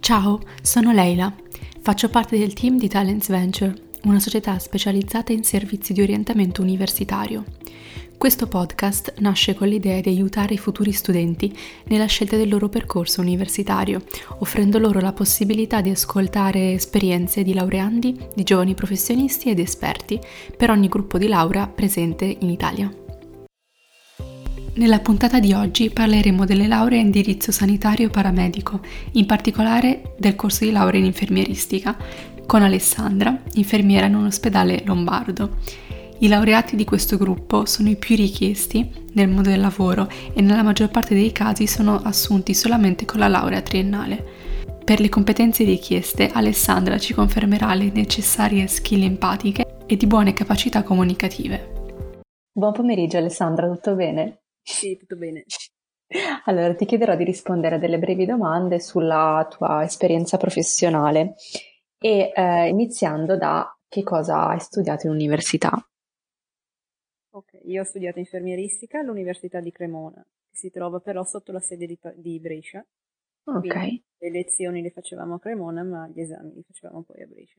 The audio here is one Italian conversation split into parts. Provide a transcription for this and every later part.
Ciao, sono Leila. Faccio parte del team di Talents Venture, una società specializzata in servizi di orientamento universitario. Questo podcast nasce con l'idea di aiutare i futuri studenti nella scelta del loro percorso universitario, offrendo loro la possibilità di ascoltare esperienze di laureandi, di giovani professionisti ed esperti per ogni gruppo di laurea presente in Italia. Nella puntata di oggi parleremo delle lauree a indirizzo sanitario paramedico, in particolare del corso di laurea in infermieristica, con Alessandra, infermiera in un ospedale lombardo. I laureati di questo gruppo sono i più richiesti nel mondo del lavoro e nella maggior parte dei casi sono assunti solamente con la laurea triennale. Per le competenze richieste, Alessandra ci confermerà le necessarie skill empatiche e di buone capacità comunicative. Buon pomeriggio Alessandra, tutto bene? Sì, tutto bene. Allora, ti chiederò di rispondere a delle brevi domande sulla tua esperienza professionale e iniziando da che cosa hai studiato in università. Ok, io ho studiato infermieristica all'Università di Cremona, che si trova però sotto la sede di Brescia. Ok. Quindi le lezioni le facevamo a Cremona, ma gli esami li facevamo poi a Brescia.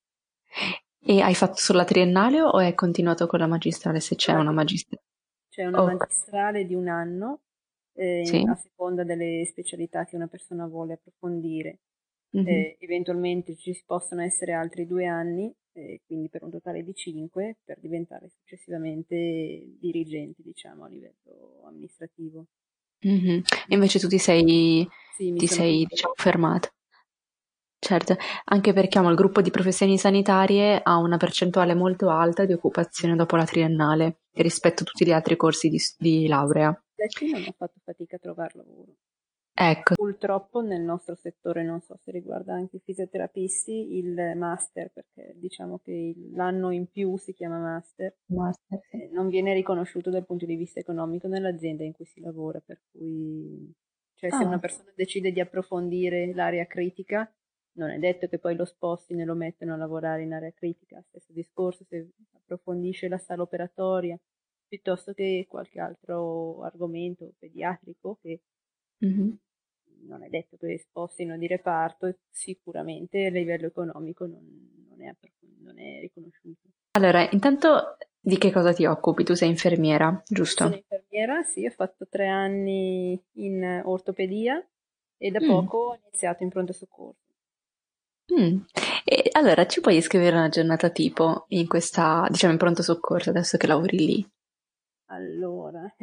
E hai fatto solo la triennale o hai continuato con la magistrale se c'è una magistrale? C'è una Ok. magistrale di un anno, Sì. a seconda delle specialità che una persona vuole approfondire. Mhm. Eventualmente ci possono essere altri 2 anni, quindi per un totale di 5, per diventare successivamente dirigenti, diciamo, a livello amministrativo. Mhm. Invece tu ti sei, Sì, mi ti sono sei, diciamo, fermata. Certo, anche perché il gruppo di professioni sanitarie ha una percentuale molto alta di occupazione dopo la triennale rispetto a tutti gli altri corsi di laurea. Letti non ho fatto fatica a trovare lavoro. Ecco, Purtroppo nel nostro settore, non so se riguarda anche i fisioterapisti, il master, perché diciamo che l'anno in più si chiama master, master, sì. non viene riconosciuto dal punto di vista economico nell'azienda in cui si lavora, per cui cioè, se una Ah, persona decide di approfondire l'area critica, non è detto che poi lo spostino e lo mettano a lavorare in area critica. Stesso discorso se approfondisce la sala operatoria, piuttosto che qualche altro argomento pediatrico che mhm. non è detto che spostino di reparto e sicuramente a livello economico non è riconosciuto. Allora, intanto di che cosa ti occupi? Tu sei infermiera, Sono giusto? infermiera, sì, ho fatto 3 anni in ortopedia e da Mm, poco ho iniziato in pronto soccorso. mm. E allora, ci puoi scrivere una giornata tipo in questa, diciamo, in pronto soccorso adesso che lavori lì? Allora,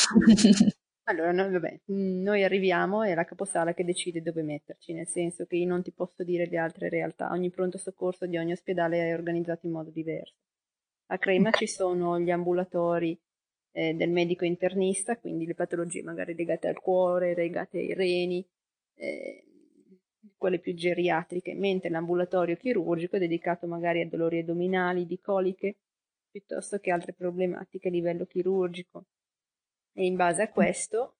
allora vabbè, noi arriviamo e è la caposala che decide dove metterci, nel senso che io non ti posso dire le altre realtà, ogni pronto soccorso di ogni ospedale è organizzato in modo diverso. A Crema Ok. ci sono gli ambulatori del medico internista, quindi le patologie magari legate al cuore, legate ai reni, eh, quelle più geriatriche, mentre l'ambulatorio chirurgico è dedicato magari a dolori addominali, di coliche, piuttosto che altre problematiche a livello chirurgico. E in base a questo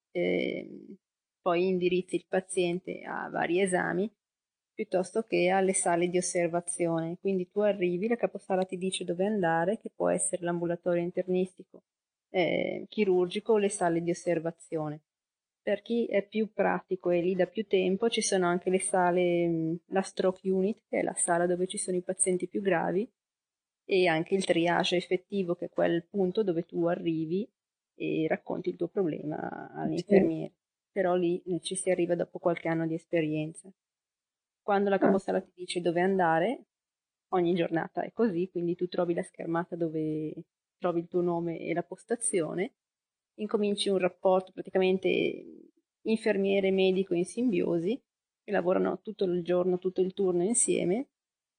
poi indirizzi il paziente a vari esami piuttosto che alle sale di osservazione. Quindi tu arrivi, la caposala ti dice dove andare, che può essere l'ambulatorio internistico, chirurgico o le sale di osservazione. Per chi è più pratico e lì da più tempo, ci sono anche le sale, la stroke unit, che è la sala dove ci sono i pazienti più gravi, e anche il triage effettivo, che è quel punto dove tu arrivi e racconti il tuo problema Sì. all'infermiere. Però lì ci si arriva dopo qualche anno di esperienza. Quando la Ah, caposala ti dice dove andare, ogni giornata è così, quindi tu trovi la schermata dove trovi il tuo nome e la postazione, incominci un rapporto praticamente infermiere e medico in simbiosi, che lavorano tutto il giorno, tutto il turno insieme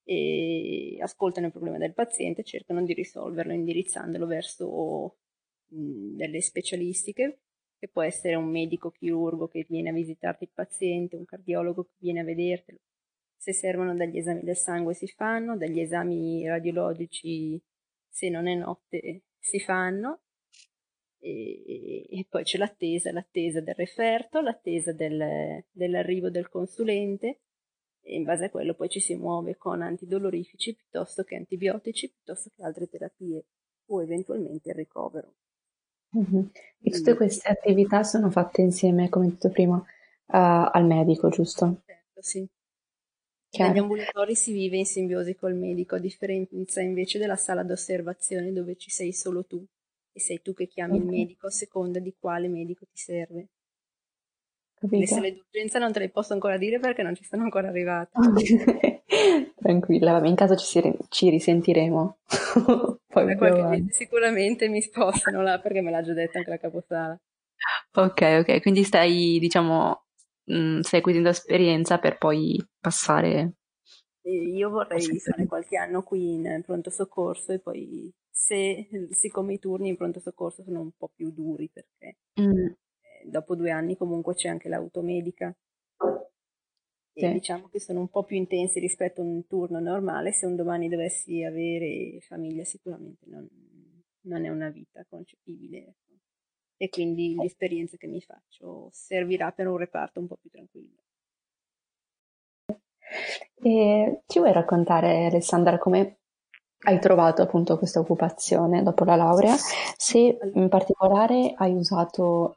e ascoltano il problema del paziente e cercano di risolverlo indirizzandolo verso delle specialistiche, che può essere un medico chirurgo che viene a visitarti il paziente, un cardiologo che viene a vedertelo. Se servono degli esami del sangue si fanno, degli esami radiologici se non è notte si fanno e poi c'è l'attesa del referto, l'attesa dell'arrivo del consulente e in base a quello poi ci si muove con antidolorifici piuttosto che antibiotici, piuttosto che altre terapie o eventualmente il ricovero. mhm. E tutte Quindi, queste attività sono fatte insieme, come detto prima, al medico, giusto? certo, sì. Negli chiaro. ambulatori si vive in simbiosi col medico, a differenza invece della sala d'osservazione dove ci sei solo tu e sei tu che chiami il Ok, medico a seconda di quale medico ti serve. Le capito. sale d'urgenza non te le posso ancora dire perché non ci sono ancora arrivate. Tranquilla, vabbè, in caso ci risentiremo poi Tra più qualche mese avanti. sicuramente mi spostano là perché me l'ha già detto anche la caposala. Ok, ok, quindi stai, diciamo, stai acquisendo esperienza per poi passare. E io vorrei fare qualche anno qui in pronto soccorso e poi siccome i turni in pronto soccorso sono un po' più duri perché Mm, dopo 2 anni comunque c'è anche l'automedica e sì. diciamo che sono un po' più intensi rispetto a un turno normale. Se un domani dovessi avere famiglia sicuramente non è una vita concepibile, ecco. E quindi l'esperienza che mi faccio servirà per un reparto un po' più tranquillo. E ci vuoi raccontare, Alessandra, come hai trovato appunto questa occupazione dopo la laurea? Se in particolare hai usato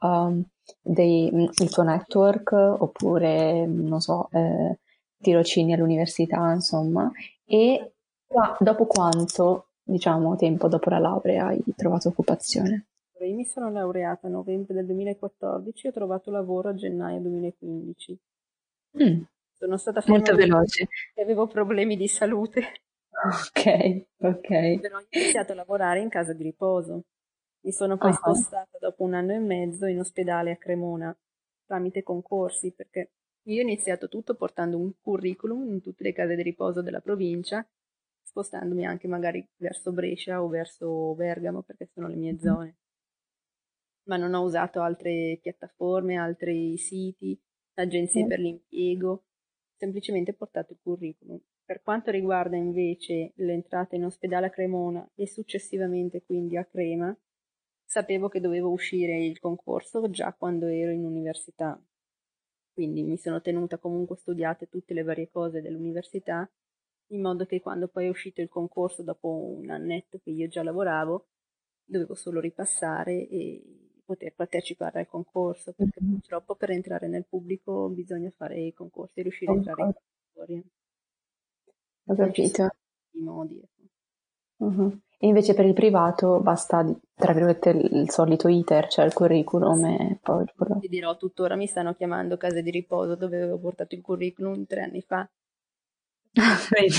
il tuo network oppure, non so, tirocini all'università, insomma, e dopo quanto, diciamo, tempo dopo la laurea hai trovato occupazione? Io mi sono laureata a novembre del 2014 e ho trovato lavoro a gennaio 2015. Mm, Sono stata ferma molto 2 anni veloce. perché avevo problemi di salute, Ok, ok. però ho iniziato a lavorare in casa di riposo. Mi sono poi Ah, spostata dopo 1 anno e mezzo in ospedale a Cremona tramite concorsi perché io ho iniziato tutto portando un curriculum in tutte le case di riposo della provincia, spostandomi anche magari verso Brescia o verso Bergamo perché sono le mie zone. Ma non ho usato altre piattaforme, altri siti, agenzie mm, per l'impiego, semplicemente portato il curriculum. Per quanto riguarda invece l'entrata in ospedale a Cremona e successivamente quindi a Crema, sapevo che dovevo uscire il concorso già quando ero in università, quindi mi sono tenuta comunque studiate tutte le varie cose dell'università, in modo che quando poi è uscito il concorso dopo un annetto che io già lavoravo, dovevo solo ripassare e poter partecipare al concorso, perché mm, purtroppo per entrare nel pubblico bisogna fare i concorsi e riuscire a entrare in concordo. graduatoria. Ho Non ci sono capito. i modi, ecco. Mhm. E invece per il privato basta, tra virgolette, il solito iter, cioè il curriculum Sì. e poi quello. Ti dirò, tuttora mi stanno chiamando case di riposo dove avevo portato il curriculum 3 anni fa. Vedi?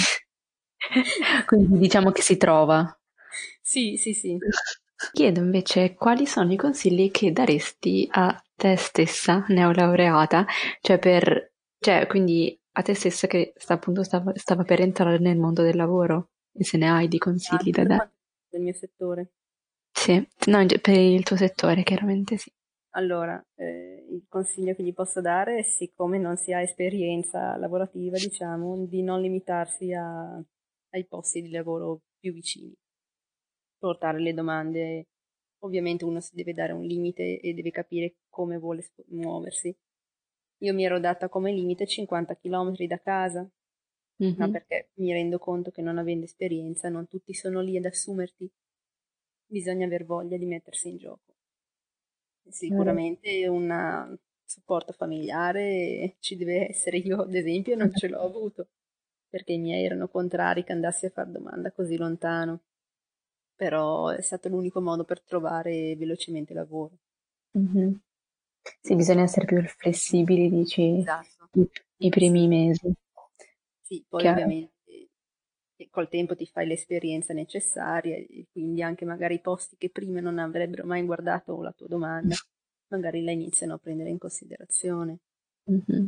Quindi diciamo che si trova. Sì, sì, sì. Chiedo invece quali sono i consigli che daresti a te stessa, neolaureata, cioè quindi a te stessa che appunto stava per entrare nel mondo del lavoro, e se ne hai di consigli da Per dare. quanto riguarda il mio settore. Sì, no, per il tuo settore, chiaramente sì. Allora, il consiglio che gli posso dare è, siccome non si ha esperienza lavorativa, diciamo, di non limitarsi ai posti di lavoro più vicini. Portare le domande, ovviamente uno si deve dare un limite e deve capire come vuole muoversi. Io mi ero data come limite 50 km da casa, ma Mhm. perché mi rendo conto che non avendo esperienza non tutti sono lì ad assumerti, bisogna aver voglia di mettersi in gioco. Chiaro. Sicuramente un supporto familiare ci deve essere. Io, ad esempio, non ce l'ho avuto perché i miei erano contrari che andassi a far domanda così lontano, però è stato l'unico modo per trovare velocemente lavoro. Mhm. Sì, bisogna essere più flessibili, dici, Esatto. i Sì, primi mesi. sì, poi Chiaro. ovviamente col tempo ti fai l'esperienza necessaria e quindi anche magari i posti che prima non avrebbero mai guardato la tua domanda, magari la iniziano a prendere in considerazione. Mhm.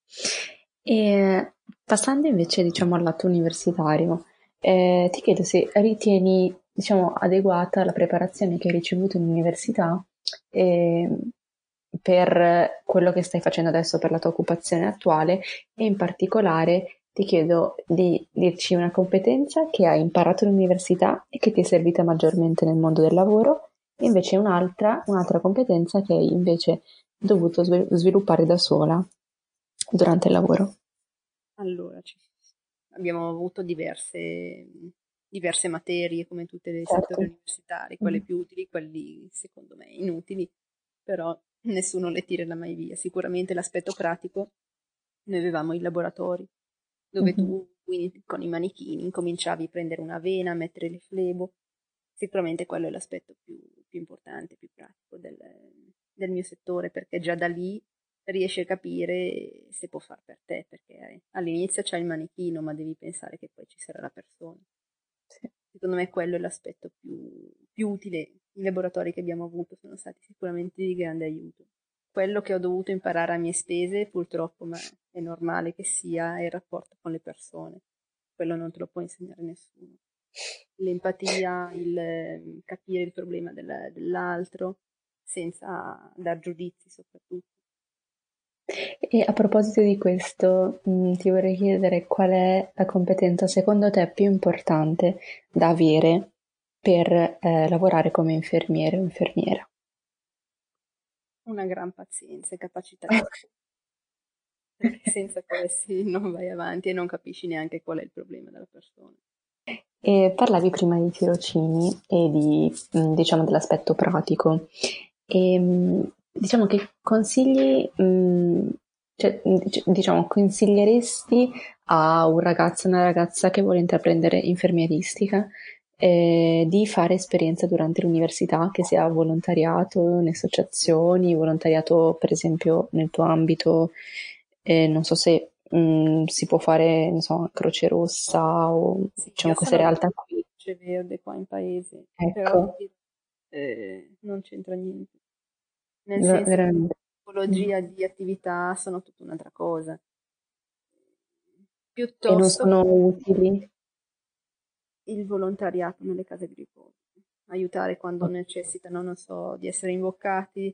E passando invece, diciamo, al lato universitario, ti chiedo se ritieni, diciamo, adeguata la preparazione che hai ricevuto in università eh, per quello che stai facendo adesso, per la tua occupazione attuale, e in particolare ti chiedo di dirci una competenza che hai imparato all'università e che ti è servita maggiormente nel mondo del lavoro, e invece un'altra competenza che hai invece dovuto sviluppare da sola durante il lavoro. Allora, abbiamo avuto diverse materie, come tutti i Certo. settori universitari, quelle Mhm. più utili, quelli secondo me inutili, però nessuno le tirerà mai via. Sicuramente l'aspetto pratico, noi avevamo i laboratori dove tu con i manichini incominciavi a prendere una vena, a mettere le flebo. Sicuramente quello è l'aspetto più importante, più pratico del mio settore, perché già da lì riesci a capire se può far per te, perché all'inizio c'hai il manichino, ma devi pensare che poi ci sarà la persona. Sì. Secondo me quello è l'aspetto più utile. I laboratori che abbiamo avuto sono stati sicuramente di grande aiuto. Quello che ho dovuto imparare a mie spese, purtroppo, ma è normale che sia, è il rapporto con le persone. Quello non te lo può insegnare nessuno. L'empatia, il capire il problema dell'altro, senza dar giudizi soprattutto. E a proposito di questo, ti vorrei chiedere qual è la competenza secondo te più importante da avere per lavorare come infermiere o infermiera? Una gran pazienza e capacità di perché senza questi non vai avanti e non capisci neanche qual è il problema della persona. E parlavi prima di tirocini e diciamo, dell'aspetto pratico. E diciamo che consigli, diciamo, consiglieresti a un ragazzo o una ragazza che vuole intraprendere infermieristica di fare esperienza durante l'università, che sia volontariato in associazioni, volontariato per esempio nel tuo ambito, non so se si può fare, non so, Croce Rossa o Sì, diciamo io queste sono realtà qui. Croce Verde qua in paese, Ecco, però non c'entra niente. Nel senso che la veramente. tipologia di attività sono tutta un'altra cosa. E non Piuttosto sono utili. il volontariato nelle case di riposo, aiutare quando necessitano, non so, di essere imboccati,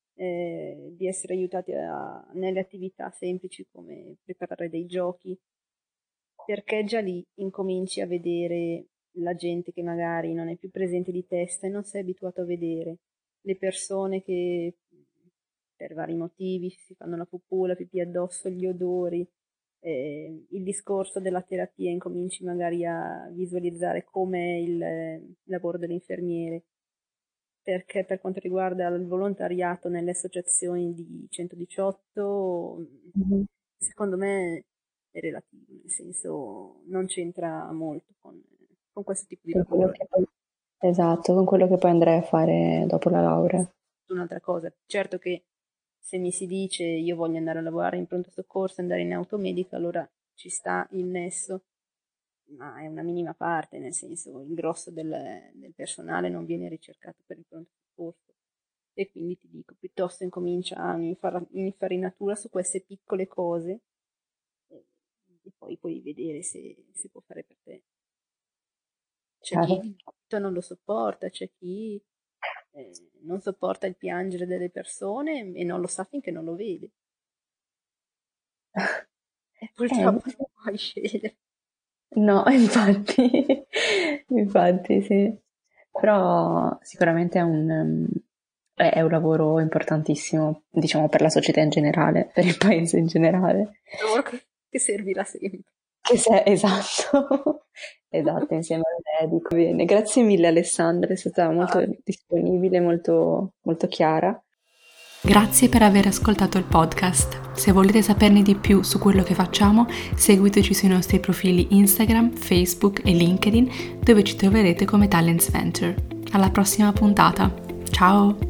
di essere aiutati nelle attività semplici come preparare dei giochi, perché già lì incominci a vedere la gente che magari non è più presente di testa e non sei abituato a vedere, le persone che per vari motivi si fanno la pupù, la pipì addosso, gli odori, il discorso della terapia, incominci magari a visualizzare come il lavoro dell'infermiere, perché per quanto riguarda il volontariato nelle associazioni di 118, secondo me è relativo, nel senso non c'entra molto con questo tipo di Con quello lavoro. che poi, esatto, con quello che poi andrai a fare dopo la laurea. Un'altra cosa, certo che se mi si dice io voglio andare a lavorare in pronto soccorso, andare in automedica, allora ci sta il nesso, ma è una minima parte, nel senso il grosso del personale non viene ricercato per il pronto soccorso. E quindi ti dico, piuttosto incomincia un'infarinatura su queste piccole cose e poi puoi vedere se si può fare per te. C'è Chiaro? chi non lo sopporta, c'è chi non sopporta il piangere delle persone e non lo sa finché non lo vede. E purtroppo non puoi scegliere. No, infatti, infatti sì. Però sicuramente è un lavoro importantissimo, diciamo, per la società in generale, per il paese in generale. Un lavoro che servirà sempre. Esatto, esatto, insieme al medico. Bene, grazie mille Alessandra, è stata molto disponibile, molto, molto chiara. Grazie per aver ascoltato il podcast. Se volete saperne di più su quello che facciamo, seguiteci sui nostri profili Instagram, Facebook e LinkedIn, dove ci troverete come Talents Venture. Alla prossima puntata. Ciao!